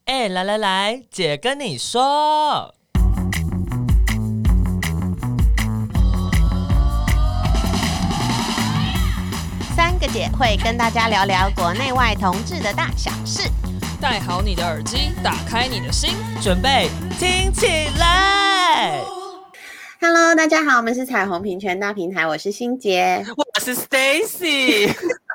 来，姐跟你说。 三个姐会跟大家聊聊国内外同志的大小事。 戴好你的耳机，打开你的心， 准备听起来。 Hello， 大家好，我们是彩虹平权大平台，我是欣洁， 我是 Stacy，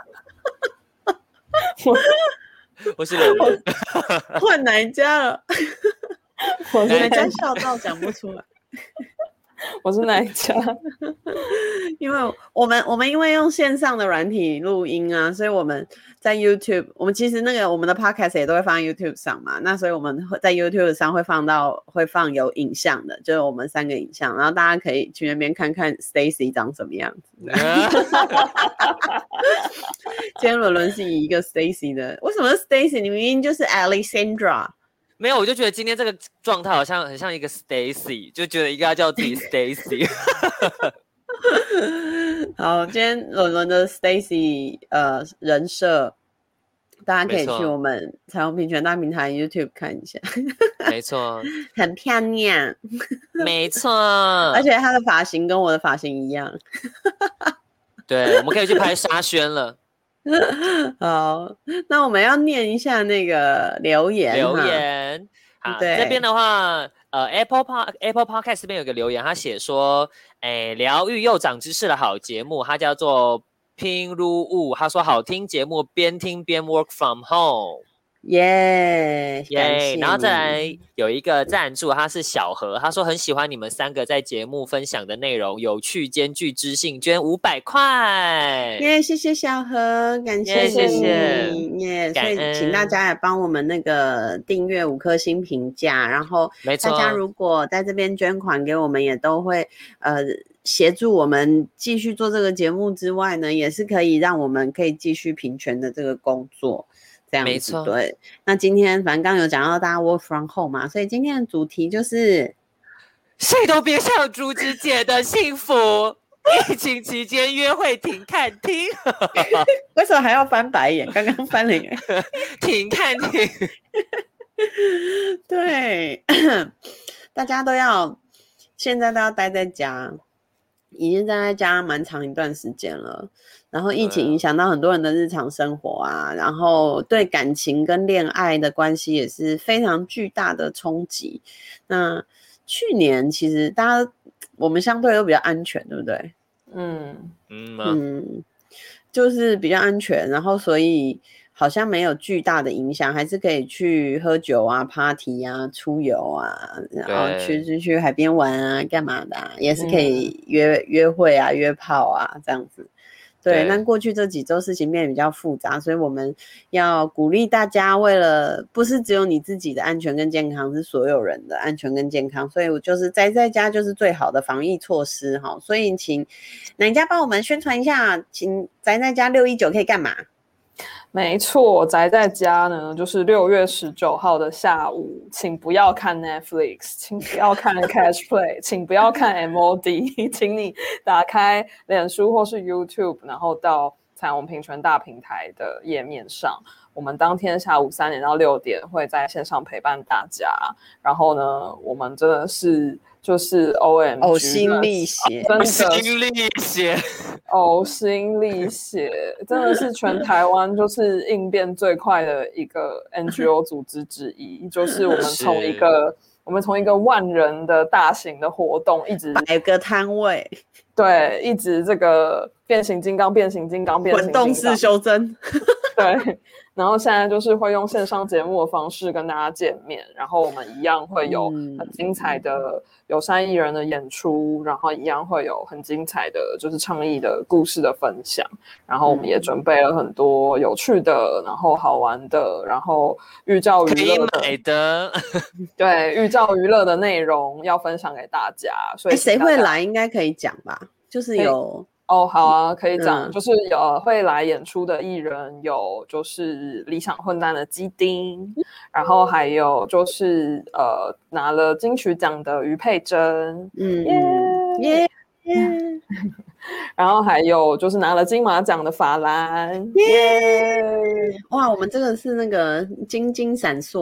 我是伦伦。 换哪一家了？ 我是哪一家笑到讲不出来。 我是哪一家？ 因为我们因为用线上的软体录音啊，所以我们在 YouTube， 我们其实我们的 Podcast 也都会放在 YouTube 上嘛。那所以我们会在 YouTube 上会放有影像的，就是我们三个影像，然后大家可以去那边看看 Stacy 长什么样子。今天伦伦是以一个 Stacy 的，为什么是 Stacy？ 你明明就是 Alexandra。 没有，我就觉得今天这个状态好像很像一个 Stacy， 就觉得应该叫自己 Stacy。 好，今天伦伦的 Stacy 人设，大家可以去我们彩虹平权大平台 YouTube 看一下。 没错， 很漂亮。 没错， 而且他的发型跟我的发型一样。 对，我们可以去拍沙宣了。 好，那我们要念一下那个留言。 好，这边的话Apple Podcast 这边有个留言，他写说疗愈又长知识的好节目，它叫做拼入物，他说好听节目，边听边 work from home。 耶， 然后再来有一个赞助，他是小何，他说很喜欢你们三个在节目分享的内容，有趣兼具知性，捐500块。 耶，谢谢小何，感谢你， 谢谢耶。所以请大家也帮我们那个订阅5颗星评价，然后大家如果在这边捐款给我们，也都会协助我们继续做这个节目之外呢，也是可以让我们可以继续平权的这个工作。这样子，没错，对。那今天反正刚刚有讲到大家 work from home 嘛，所以今天的主题就是谁都别想竹子姐的幸福。疫情期间约会停看听。 为什么还要翻白眼？刚刚翻了眼。 停看听。 对，大家现在都要待在家，已经待在家蛮长一段时间了。然后疫情影响到很多人的日常生活啊，然后对感情跟恋爱的关系也是非常巨大的冲击。那去年其实我们相对都比较安全，对不对？就是比较安全，然后所以好像没有巨大的影响，还是可以去喝酒啊、party 啊、出游啊，然后去海边玩啊、干嘛的啊，也是可以约会啊、约炮啊这样子。对，那过去这几周事情变得比较复杂，所以我们要鼓励大家，为了不是只有你自己的安全跟健康，是所有人的安全跟健康，所以我就是宅在家就是最好的防疫措施哈。所以请哪家帮我们宣传一下，请宅在家619可以干嘛？ 没错，宅在家呢，就是6月19号的下午，请不要看 Netflix， 请不要看 Catch Play， 请不要看 MOD， 请你打开脸书或是 YouTube， 然后到彩虹平权大平台的页面上，我们当天下午3点到6点会在线上陪伴大家。然后呢，我们真的是就是呕心沥血， 呕心沥血，真的是全台湾就是应变最快的一个 NGO 组织之一，就是我们从一个10000人的大型的活动，一直摆个摊位， 对，一直这个变形金刚，滚动式修真， 对。然后现在就是会用线上节目的方式跟大家见面，然后我们一样会有很精彩的友善艺人的演出，然后一样会有很精彩的就是倡议的故事的分享，然后我们也准备了很多有趣的，然后好玩的，然后寓教于乐的， 对，寓教于乐的内容要分享给大家。所以谁会来应该可以讲吧，就是有好啊，可以讲，就是会来演出的艺人有就是理想混蛋的基丁，然后还有就是拿了金曲奖的于佩珍，耶，然后还有就是拿了金马奖的法兰，耶， 哇，我们这个是那个金闪烁。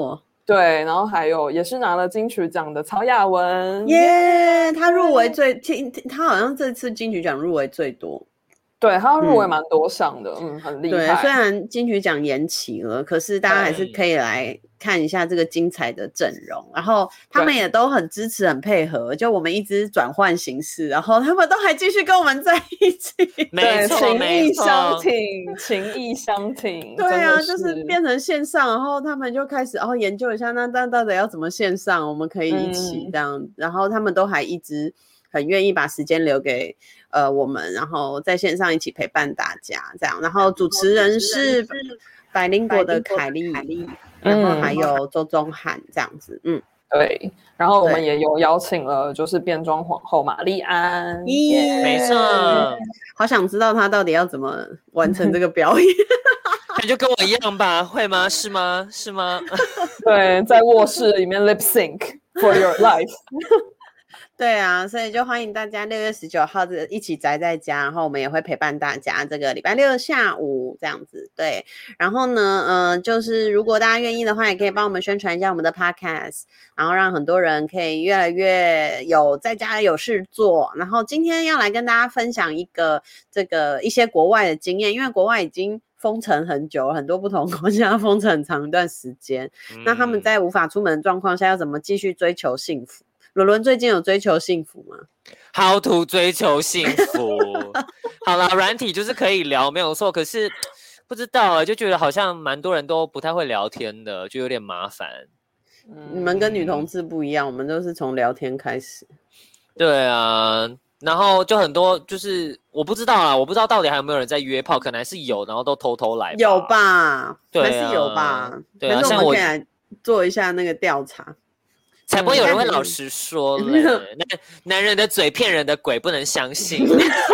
对，然后还有也是拿了金曲奖的曹雅文， 耶，他入围他好像这次金曲奖入围最多。 对，他入围蛮多项的，很厉害。 对，虽然金曲奖延期了，可是大家还是可以来看一下这个精彩的阵容。然后他们也都很支持、很配合，就我们一直转换形式，然后他们都还继续跟我们在一起。 没错， 情义相挺，情义相挺。 对啊，就是变成线上，然后他们就开始研究一下，那到底要怎么线上，我们可以一起这样。然后他们都还一直很愿意把时间留给我们，然后在线上一起陪伴大家这样。然后主持人是百灵果的凯莉，然后还有周宗翰这样子。 对。然后我们也有邀请了就是变装皇后玛丽安， 没错。 好想知道她到底要怎么完成这个表演。 那就跟我一样吧，会吗？是吗？是吗？ 对，在卧室里面 lip sync for your life。 对啊，所以就欢迎大家6月19号一起宅在家，然后我们也会陪伴大家这个礼拜六下午这样子。对，然后呢，就是如果大家愿意的话，也可以帮我们宣传一下我们的 podcast， 然后让很多人可以越来越有在家有事做。然后今天要来跟大家分享一些国外的经验，因为国外已经封城很久了，很多不同国家封城很长一段时间。那他们在无法出门的状况下，要怎么继续追求幸福？伦伦最近有追求幸福吗？ How to 追求幸福？好啦，软体就是可以聊，没有错。可是不知道就觉得好像蛮多人都不太会聊天的，就有点麻烦。 你们跟女同志不一样，我们都是从聊天开始。 对啊，然后就很多就是我不知道啦，我不知道到底还有没有人在约炮，可能还是有，然后都偷偷来吧。 有吧？ 对啊， 还是有吧？ 对啊， 但是我们可以来做一下那个调查。 才不会有人会老实说嘞。男人的嘴骗人的鬼，不能相信。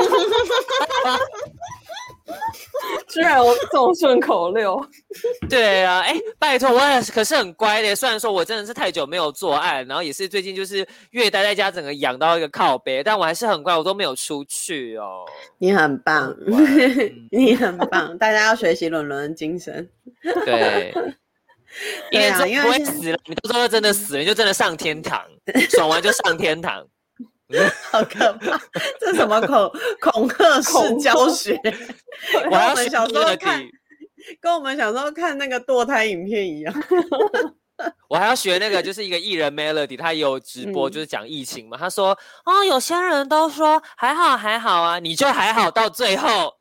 居然有这种顺口溜。 对啊，拜托，我也可是很乖的。虽然说我真的是太久没有做爱，然后也是最近就是越待在家，整个养到一个靠背，但我还是很乖，我都没有出去哦。 你很棒，你很棒，大家要学习伦伦的精神。 对。因为不会死了，你到时候真的死了，你就真的上天堂，爽完就上天堂。 好可怕！这什么恐吓式教学？ 我要们小时候跟我们小时候看那个堕胎影片一样。 我还要学那个，就是一个艺人 Melody， 他也有直播，就是讲疫情嘛。他说有些人都说还好还好啊，你就还好到最后。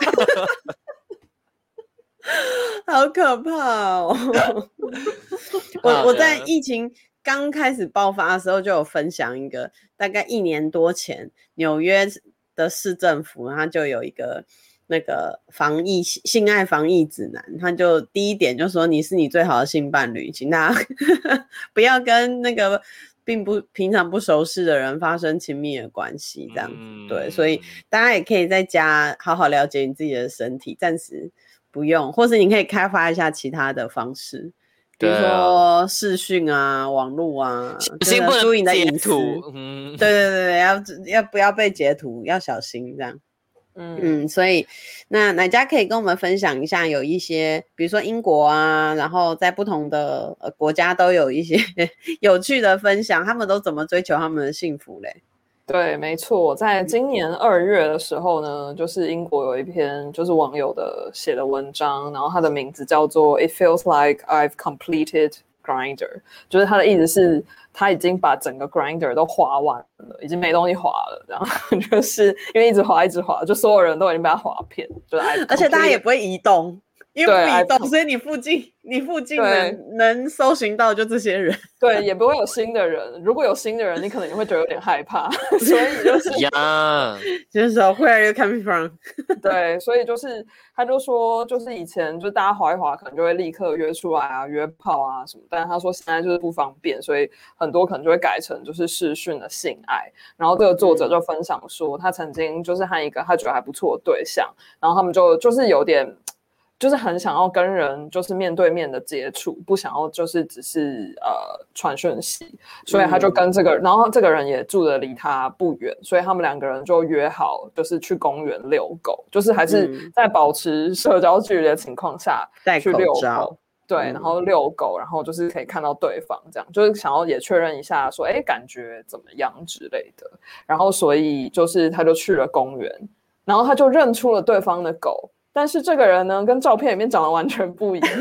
好可怕哦！我在疫情刚开始爆发的时候就有分享一个，大概1年多前，纽约的市政府它就有一个那个性爱防疫指南，它就第一点就说你是你最好的性伴侣，请大家不要跟那个平常不熟识的人发生亲密的关系，这样子。对，所以大家也可以在家好好了解你自己的身体，暂时不用，或是你可以开发一下其他的方式，比如说视讯啊、网络啊， 就是注意你的隐私。 对，要不要被截图，要小心这样。所以那哪家可以跟我们分享一下，有一些比如说英国啊，然后在不同的国家都有一些有趣的分享，他们都怎么追求他们的幸福嘞？ 对，没错，在今年2月的时候呢，就是英国有一篇就是网友写的文章，然后它的名字叫做 It Feels Like I've Completed Grindr， 就是它的意思是他已经把整个 Grindr 都滑完了，已经没东西滑了，然后就是因为一直滑，就所有人都已经被他滑遍，就是而且大家也不会移动。因为不移动，所以你附近能搜寻到就这些人， 对，也不会有新的人。如果有新的人，你可能也会觉得有点害怕，所以就是就是说 Where are you coming from？ 对，所以就是他就说，就是以前就大家滑一滑，可能就会立刻约出来啊、约炮啊什么，但是他说现在就是不方便，所以很多可能就会改成就是视讯的性爱。然后这个作者就分享说，他曾经就是和一个他觉得还不错的对象，然后他们就是有点。就是很想要跟人就是面对面的接触，不想要就是只是传讯息，所以他就跟这个然后这个人也住得离他不远，所以他们2个人就约好就是去公园遛狗，就是还是在保持社交距离的情况下去遛狗。 对，然后遛狗，然后就是可以看到对方，这样就是想要也确认一下说，哎，感觉怎么样之类的。然后所以就是他就去了公园，然后他就认出了对方的狗，但是这个人呢跟照片里面长得完全不一样。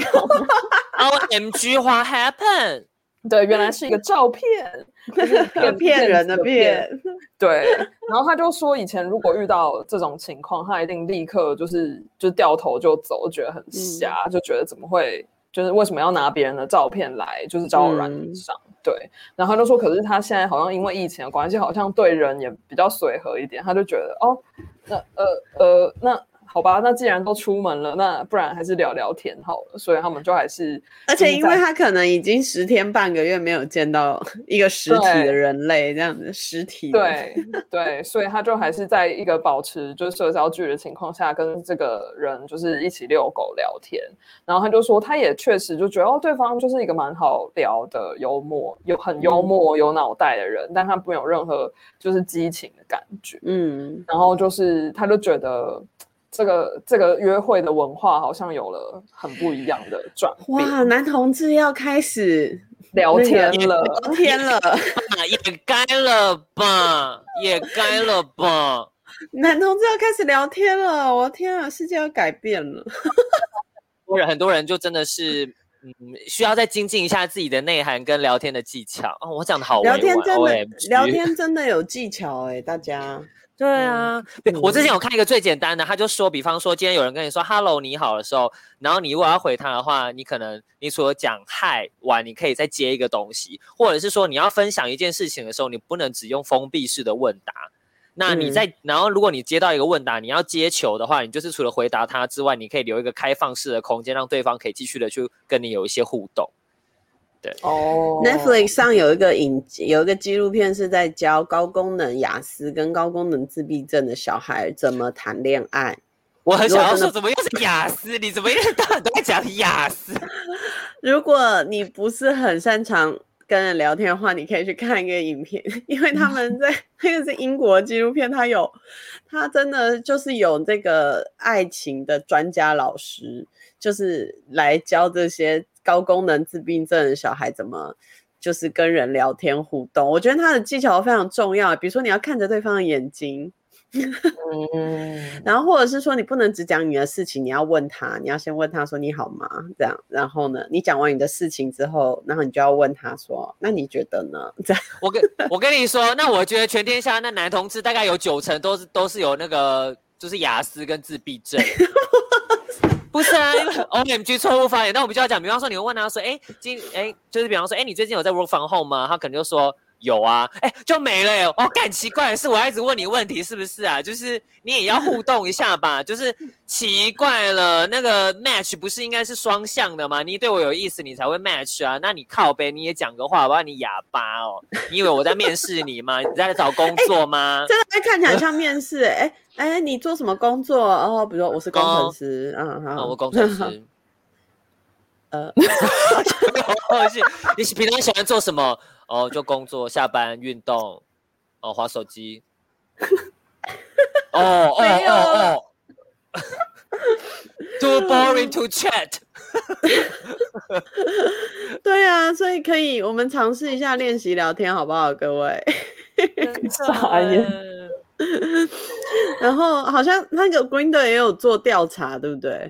OMG what happened？ 对，原来是一个照片，就是骗人的骗。 对，然后他就说，以前如果遇到这种情况，他一定立刻就掉头就走，觉得很瞎，就觉得怎么会，就是为什么要拿别人的照片来，就是交友软体上。对，然后他就说，可是他现在好像因为疫情的关系，好像对人也比较随和一点，他就觉得哦，那好吧，那既然都出门了，那不然还是聊聊天好了。所以他们就还是， 而且因为他可能已经10天半个月没有见到一个实体的人类，这样子实体的。 对，所以他就还是在一个保持就是社交距离的情况下，跟这个人就是一起遛狗聊天。然后他就说，他也确实就觉得对方就是一个蛮好聊的、很幽默、有脑袋的人，但他没有任何就是激情的感觉。然后就是他就觉得。这个约会的文化好像有了很不一样的转变。 哇，男同志要开始聊天了， 也该了吧，也该了吧。 男同志要开始聊天了，我的天啊，世界要改变了。 很多人就真的是，需要再精进一下自己的内涵跟聊天的技巧。我讲的好委婉， 聊天真的有技巧大家。 对啊，我之前有看一个最简单的，他就说，比方说今天有人跟你说 “hello 你好”的时候，然后你如果要回他的话，你可能你除了讲 hi 完，你可以再接一个东西，或者是说你要分享一件事情的时候，你不能只用封闭式的问答。那你然后如果你接到一个问答，你要接球的话，你就是除了回答他之外，你可以留一个开放式的空间，让对方可以继续的去跟你有一些互动。对 Netflix 上有一个纪录片是在教高功能亚斯跟高功能自闭症的小孩怎么谈恋爱。 我很想要说，怎么又是亚斯？你怎么一天到晚都在讲亚斯？ 如果你不是很擅长跟人聊天的话，你可以去看一个影片，因为他们在那个是英国纪录片，他真的就是有这个爱情的专家老师，就是来教这些高功能自闭症的小孩怎么就是跟人聊天互动。我觉得他的技巧非常重要，比如说你要看着对方的眼睛然后或者是说你不能只讲你的事情，你要问他，你要先问他说你好吗这样，然后呢你讲完你的事情之后，然后你就要问他说那你觉得呢这样。 我跟你说，那我觉得全天下那男同志大概有90%都是有那个就是亚斯跟自闭症不是啊，因为 OMG 错误发言。那我们就要讲，比方说你会问他说就是比方说你最近有在 work from home 吗？他可能就说有啊，就没了耶。干奇怪的是，我要一直问你问题是不是啊？就是你也要互动一下吧。就是奇怪了，那个 match 不是应该是双向的吗？你对我有意思，你才会 match 啊。那你靠北你也讲个话，我要你哑巴哦。你以为我在面试你吗？你在找工作吗？ 真的看起来像面试你做什么工作？比如说我是工程师， 我工程师。你平常喜欢做什么？就工作、下班、运动，滑手机。Too boring to chat 。 对啊，所以可以我们尝试一下练习聊天，好不好，各位？ 傻眼。 然后好像那个 Grindr 也有做调查，对不对？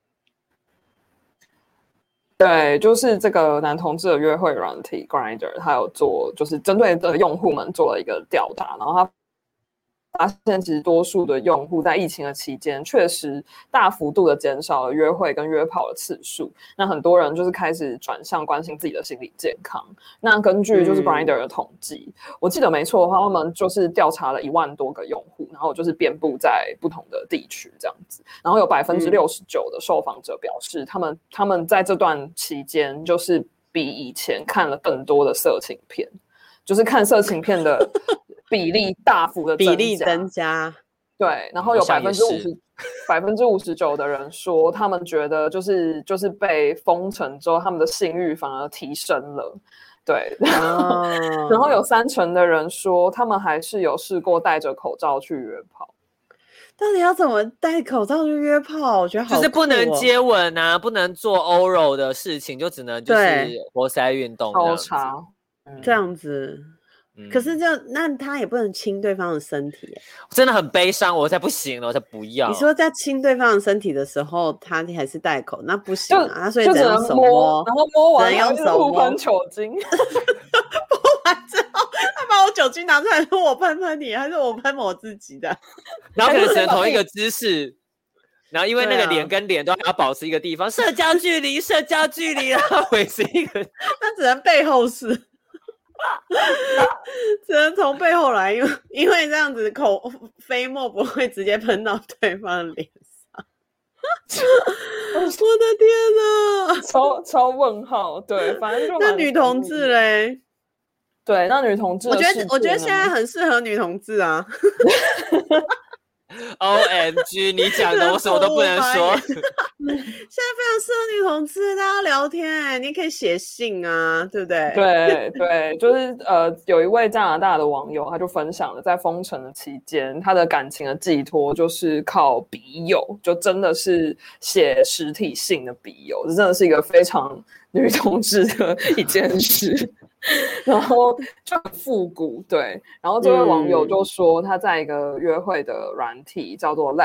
对，就是这个男同志的约会软体 Grindr， 他有做，就是针对的用户们做了一个调查，然后他发现其实多数的用户在疫情的期间确实大幅度的减少了约会跟约炮的次数，那很多人就是开始转向关心自己的心理健康。那根据就是 Grindr 的统计，我记得没错的话，他们就是调查了1万多个用户，然后就是遍布在不同的地区这样子，然后有69%的受访者表示他们在这段期间就是比以前看了更多的色情片，就是看色情片的比例大幅的增加，对，然后有59%的人说，他们觉得就是被封城之后，他们的性欲反而提升了，对，然后有30%的人说，他们还是有试过戴着口罩去约炮。 到底要怎么戴口罩去约炮？我觉得好酷哦， 就是不能接吻啊，不能做 oral 的事情，就只能就是活塞运动这样子。可是那他也不能亲对方的身体， 真的很悲伤，我才不行了，我才不要。 你说在亲对方的身体的时候，他还是戴口，那不行啊，所以只能手摸，然后摸完只能用手互喷酒精。 摸完之后，他把我酒精拿出来说我喷喷你，还是我喷我自己的？ 然后可能只能同一个姿势。然后因为那个脸跟脸都要保持一个地方，社交距离，然后维持一个， 那只能背后式，只能从背后来，因为这样子飞沫不会直接喷到对方的脸上。我的天哪，超问号。对，反正就那女同志嘞？ 对，那女同志， 我觉得现在很适合女同志啊。 OMG， 你讲的我什么都不能说。 现在非常适合女同志，大家聊天，你可以写信啊，对不对？ 对，就是有一位加拿大的网友，他就分享了在封城的期间，他的感情的寄托就是靠笔友，就真的是写实体信的笔友，这真的是一个非常女同志的一件事。然后就很复古，对。然后这位网友就说，他在一个约会的软体叫做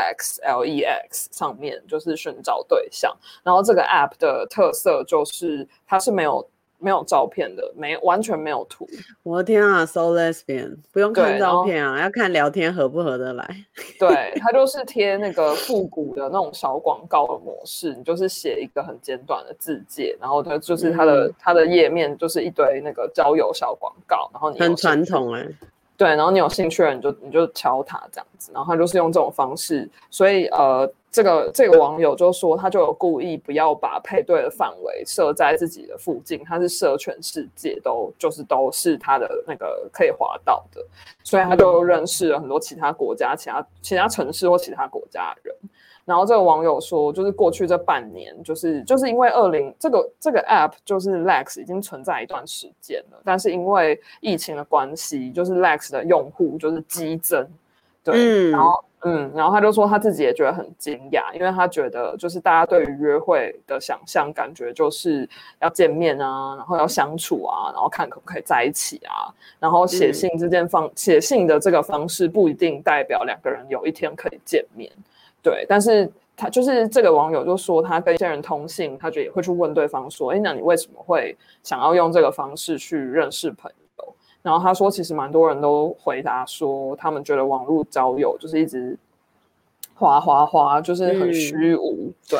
Lex 上面，就是寻找对象。然后这个 app 的特色就是它是没有照片的，完全没有图。 我的天啊 ，so lesbian， 不用看照片啊，要看聊天合不合得来。 对，它就是贴那个复古的那种小广告的模式，你就是写一个很简短的字界，然后它就是它的页面就是一堆那个交友小广告，然后你很传统对，然后你有兴趣的人你就敲它这样子，然后他就是用这种方式，所以这个网友就说他就有故意不要把配对的范围设在自己的附近，他是设全世界都是他的那个可以滑到的，所以他就认识了很多其他国家、其他城市或其他国家的人。然后这个网友说，就是过去这半年，就是因为这个 app 就是 Lex 已经存在一段时间了，但是因为疫情的关系，就是 Lex 的用户就是激增，对，然后他就说他自己也觉得很惊讶，因为他觉得就是大家对于约会的想象感觉就是要见面啊，然后要相处啊，然后看可不可以在一起啊，然后写信写信的这个方式不一定代表两个人有一天可以见面。对，但是他就是这个网友就说，他跟一些人通信，他就也会去问对方说，那你为什么会想要用这个方式去认识朋友？然后他说，其实蛮多人都回答说，他们觉得网络交友就是一直滑，就是很虚无。对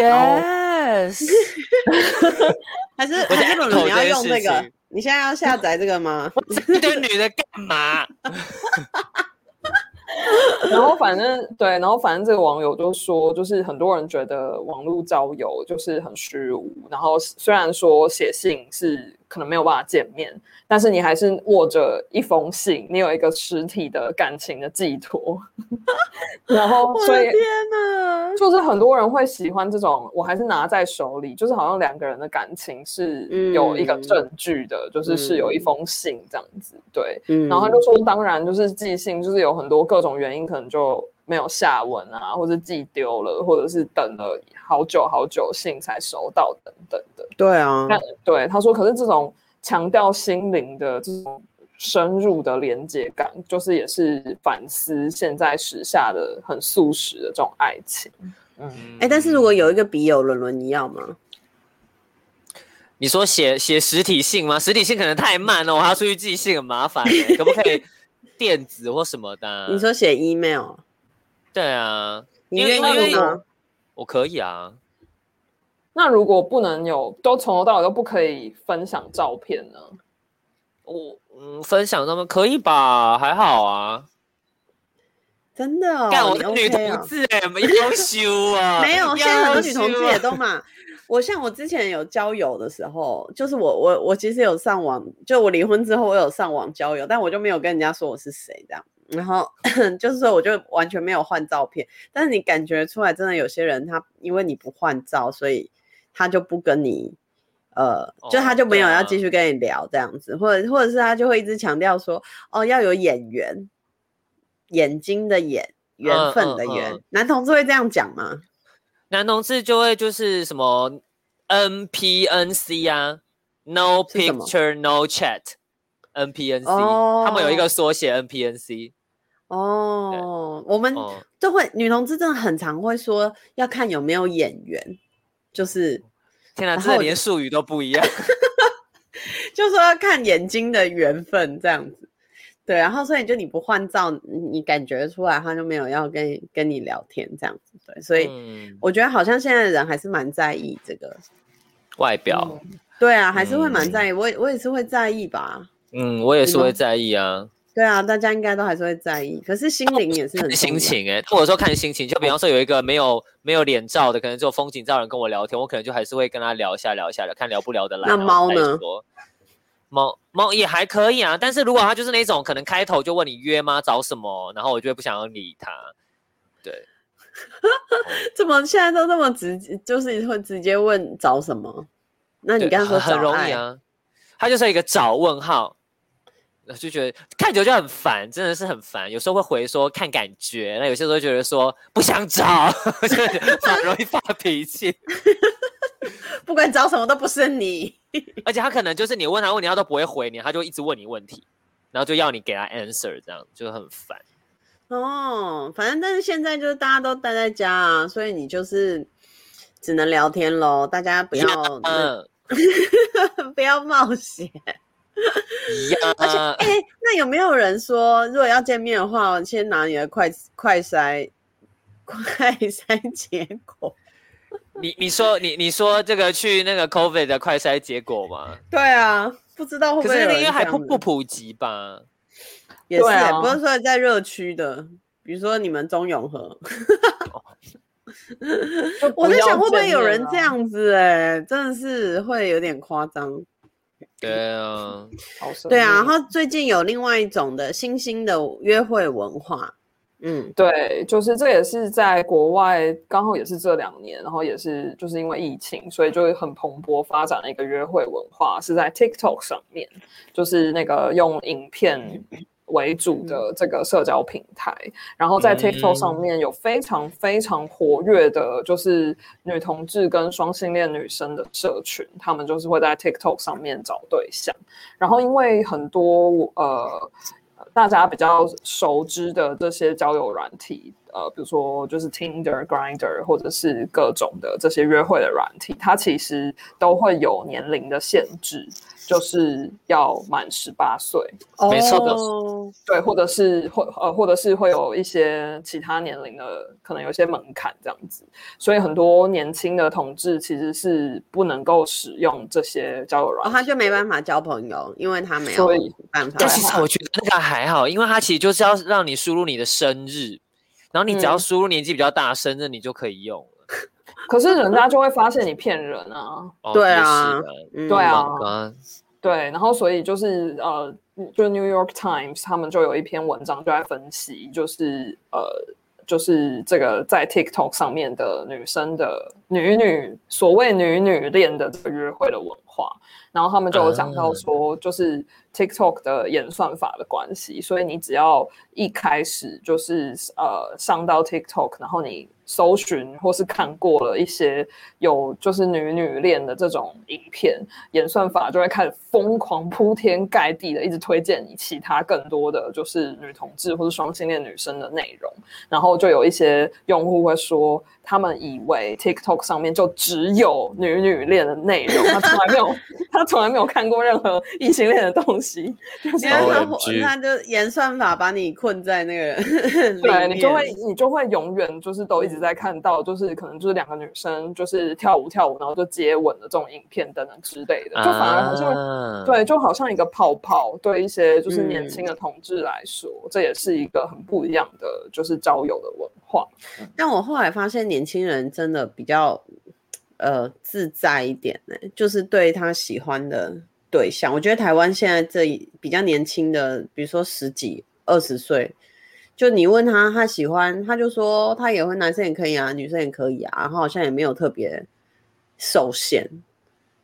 ，Yes， 还是伦伦你要用这个？你现在要下载这个吗？ 一堆女的干嘛？ 然后反正这个网友就说，就是很多人觉得网络交友就是很虚无，然后虽然说写信是可能没有办法见面，但是你还是握着一封信，你有一个实体的感情的寄托。然后所以天哪， 就是很多人会喜欢这种，我还是拿在手里，就是好像两个人的感情是有一个证据的，就是有一封信这样子。对，然后他就说，当然就是寄信，就是有很多各种原因，可能就没有下文啊，或者寄丢了，或者是等了好久信才收到等等的。 对啊， 对，他说，可是这种强调心灵的这种深入的连结感，就是也是反思现在时下的很速食的这种爱情。 但是如果有一个笔友伦伦，你要吗？ 你说写实体信吗？实体信可能太慢了，我还要出去寄信很麻烦可不可以电子或什么的？ 你说写 email？ 对啊， 你愿意吗？ 我可以啊。 那如果不能都从头到尾都不可以分享照片呢？ 分享照片可以吧？还好啊。 真的哦， 干我的女同志优秀啊！ 没有，现在很多女同志也都嘛。我之前有交友的时候，就是我其实有上网，就我离婚之后我有上网交友，但我就没有跟人家说我是谁这样。然后就是说我就完全没有换照片，但是你感觉出来，真的有些人他因为你不换照，所以他就不跟你就他就没有要继续跟你聊这样子，或者是他就会一直强调说要有眼缘，眼睛的眼， 缘分的缘，男同志会这样讲吗？ 男同志就会就是什么 NPNC 啊 ，No Picture No Chat。NPNC，他们有一个缩写 NPNC。 我们就会女同志真的很常会说要看有没有眼缘，就是天哪，这连术语都不一样。 就说要看眼睛的缘分这样子，对，然后所以你不换照，你感觉出来他就没有要跟你聊天这样子，对，所以我觉得好像现在的人还是蛮在意这个外表， 对啊，还是会蛮在意，我也是会在意吧， 我也是会在意啊。 对啊，大家应该都还是会在意，可是心灵也是很重要。 心情或者说看心情，就比方说有一个没有脸照的，可能只有风景照的人跟我聊天，我可能就还是会跟他聊一下，看聊不聊得来。 那猫呢？ 猫也还可以啊，但是如果他就是那种可能开头就问你约吗，找什么，然后我就会不想要理他。对， 怎么现在都这么直接，就是会直接问找什么？那你刚刚说很容易啊，他就是一个找问号。就觉得看久就很烦，真的是很烦。有时候会回说看感觉，那有些时候觉得说不想找，就很容易发脾气。 不管找什么都不是你， 而且他可能就是你问他问题，他都不会回你，他就一直问你问题，然后就要你给他 answer， 这样就很烦。 反正但是现在就是大家都待在家啊，所以你就是只能聊天咯，大家不要不要冒险。而且那有没有人说，如果要见面的话，先拿你的快筛结果？ 你说这个去那个 COVID 的快筛结果吗？ 对啊，不知道会不会有人这样子。可是应该还不普及吧？ 也是，不是说在热区的，比如说你们中永和。我在想会不会有人这样子真的是会有点夸张。 对啊， 对啊，然后最近有另外一种的新兴的约会文化， 对，就是这也是在国外，刚好也是这2年，然后也是就是因为疫情，所以就很蓬勃发展的一个约会文化，是在 TikTok 上面，就是那个用影片为主的这个社交平台，然后在 TikTok 上面有非常非常活跃的，就是女同志跟双性恋女生的社群，他们就是会在 TikTok 上面找对象，然后因为很多大家比较熟知的这些交友软体，比如说就是 Tinder、Grindr 或者是各种的这些约会的软体，它其实都会有年龄的限制，就是要满18岁， 没错的， 对，或者是会有一些其他年龄的，可能有一些门槛这样子，所以很多年轻的同志其实是不能够使用这些交友软体， 他就没办法交朋友，因为他没有办法。 但其实我觉得那个还好，因为他其实就是要让你输入你的生日，然后你只要输入年纪比较大的生日，你就可以用了。 可是人家就会发现你骗人啊！ 对啊， 对啊，对，然后所以就是就 New York Times 他们就有一篇文章就在分析，就是这个在 TikTok 上面的女生的所谓女恋的这个约会的文化，然后他们就有讲到说，就是 TikTok 的演算法的关系，所以你只要一开始就是上到 TikTok， 然后你搜寻或是看过了一些有就是女恋的这种影片，演算法就会开始疯狂铺天盖地的一直推荐你其他更多的就是女同志或是双性恋女生的内容，然后就有一些用户会说他们以为 TikTok 上面就只有女恋的内容，他从来没有看过任何异性恋的东西， 因为他就演算法把你困在那个对，你就会永远就是都一直在看到，就是可能就是2个女生就是跳舞，然后就接吻的这种影片等等之类的，就反而好像对，就好像一个泡泡，对一些就是年轻的同志来说，这也是一个很不一样的就是交友的文化。 但我后来发现年轻人真的比较自在一点就是对他喜欢的对象，我觉得台湾现在这比较年轻的，比如说10几20岁，就你问他喜欢，他就说他也会，男生也可以啊，女生也可以啊，然后好像也没有特别受限。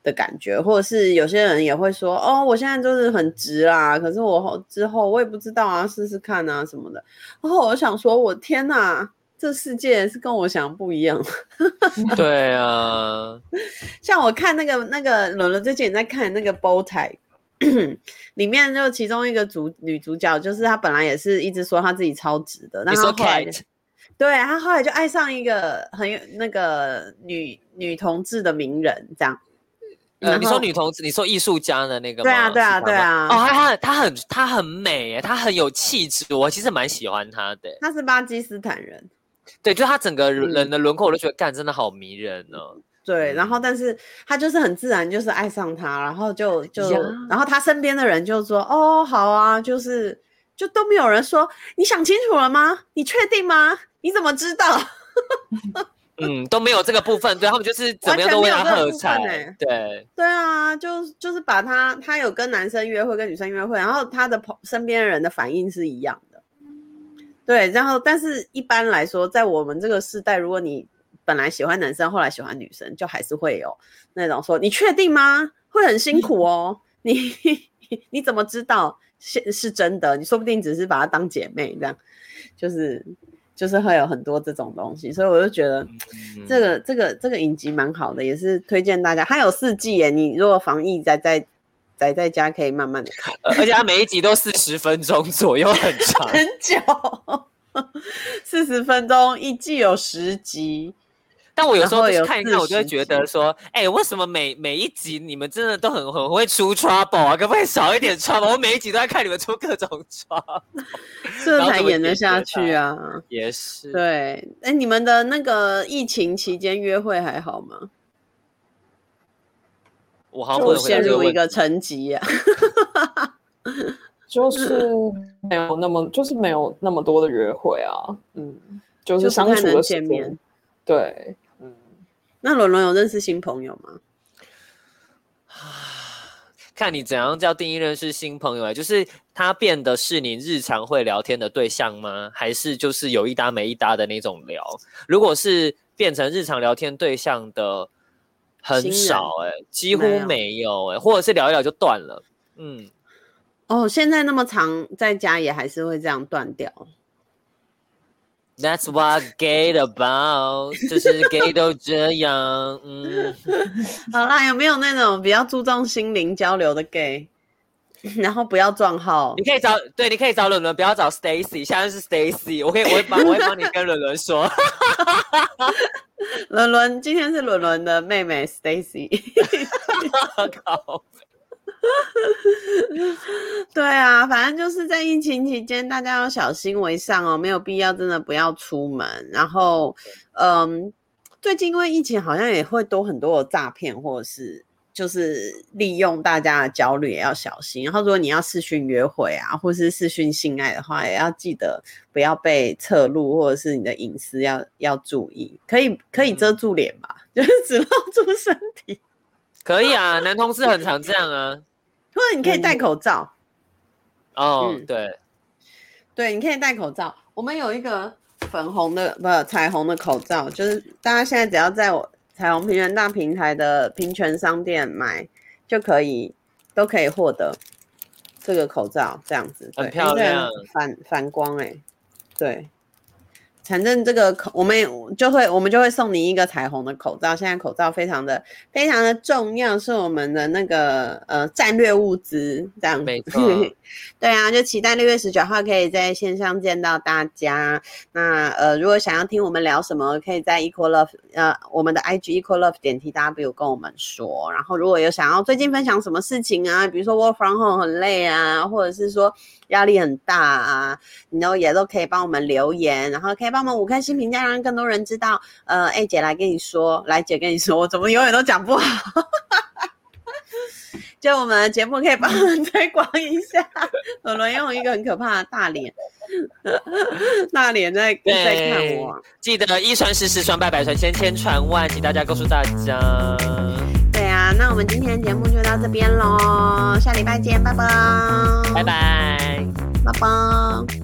的感觉，或者是有些人也会说，哦，我现在就是很直啊，可是我之后我也不知道啊，试试看啊什么的。然后我想说，我天哪，这世界是跟我想的不一样。 对啊， 像我看那个伦伦最近也在看那个《Bow Tie》，里面就其中一个女主角，就是她本来也是一直说她自己超直的， 你说 Kate？ 对，她后来就爱上一个很有那个女同志的名人，这样。 你说女同志，你说艺术家的那个吗？ 对啊。 哦，她很美耶，她很有气质，我其实蛮喜欢她的。 她是巴基斯坦人， 对，就她整个人的轮廓，我都觉得干真的好迷人哦。 对，然后但是她就是很自然，就是爱上他，然后然后她身边的人就说，哦，好啊，就都没有人说你想清楚了吗？你确定吗？你怎么知道？ 都没有这个部分，对他们就是怎么样都为他喝彩， 对啊，就是把他有跟男生约会，跟女生约会，然后他的身边人的反应是一样的，对，然后但是一般来说，在我们这个世代，如果你本来喜欢男生，后来喜欢女生，就还是会有那种说你确定吗？会很辛苦哦，你怎么知道是真的？你说不定只是把她当姐妹这样，就是会有很多这种东西，所以我就觉得这个影集蛮好的，也是推荐大家。它有4季耶，你如果防疫宅在家可以慢慢的看， 而且它每一集都40分钟左右，很长， 很久，40分钟，一季有10集。 但我有时候看一看，我就会觉得说，为什么每一集你们真的都很会出 trouble 啊？可不可以少一点 trouble？我每一集都在看你们出各种 trouble， 这才演得下去啊。 也是。 对，你们的那个疫情期间约会还好吗？ 我好像不能陷入一个沉寂啊。 就是没有那么多的约会啊，就是相处的见面。 对， 那伦伦有认识新朋友吗？ 看你怎样叫定义认识新朋友，就是他变得是你日常会聊天的对象吗？还是就是有一搭没一搭的那种聊？如果是变成日常聊天对象的，很少几乎没有或者是聊一聊就断了。 现在那么长在家也还是会这样断掉。 That's what gay about， 就是 gay 都这样。 好啦，有没有那种比较注重心灵交流的 gay， 然后不要撞号？ 你可以找伦伦，不要找 Stacy， 现在是 Stacy， 我会帮你跟伦伦说。 伦伦今天是伦伦的妹妹 Stacy。 靠。 对啊，反正就是在疫情期间，大家要小心为上哦，没有必要真的不要出门。然后，最近因为疫情，好像也会多很多的诈骗，或者是就是利用大家的焦虑，也要小心。然后，如果你要视讯约会啊，或是视讯性爱的话，也要记得不要被侧录，或者是你的隐私要注意。可以遮住脸吧，就是只露出身体。 可以啊，男同志很常这样啊。 或者你可以戴口罩。 对， 你可以戴口罩。我们有一个彩虹的口罩，就是大家现在只要在彩虹平权大平台的平权商店买，都可以获得这个口罩，这样子。 很漂亮， 反光对。反正这个我们就会送你一个彩虹的口罩。现在口罩非常的重要，是我们的那个战略物资，这样子。 没错。 对啊，就期待6月19号可以在线上见到大家。那如果想要听我们聊什么，可以在 Equal Love 我们的 IG equallove.tw 跟我们说。然后如果有想要最近分享什么事情啊，比如说 Work from home 很累啊，或者是说压力很大啊，也都可以帮我们留言，然后可以帮我们5颗星评价，让更多人知道。姐来跟你说，我怎么永远都讲不好？就我们的节目可以帮我们推广一下。伦伦用一个很可怕的大脸在看我。 记得1传10，10传100，100传1000，1000传万，请大家告诉大家。 对啊，那我们今天的节目就到这边咯，下礼拜见，拜拜。 拜拜。 拜拜。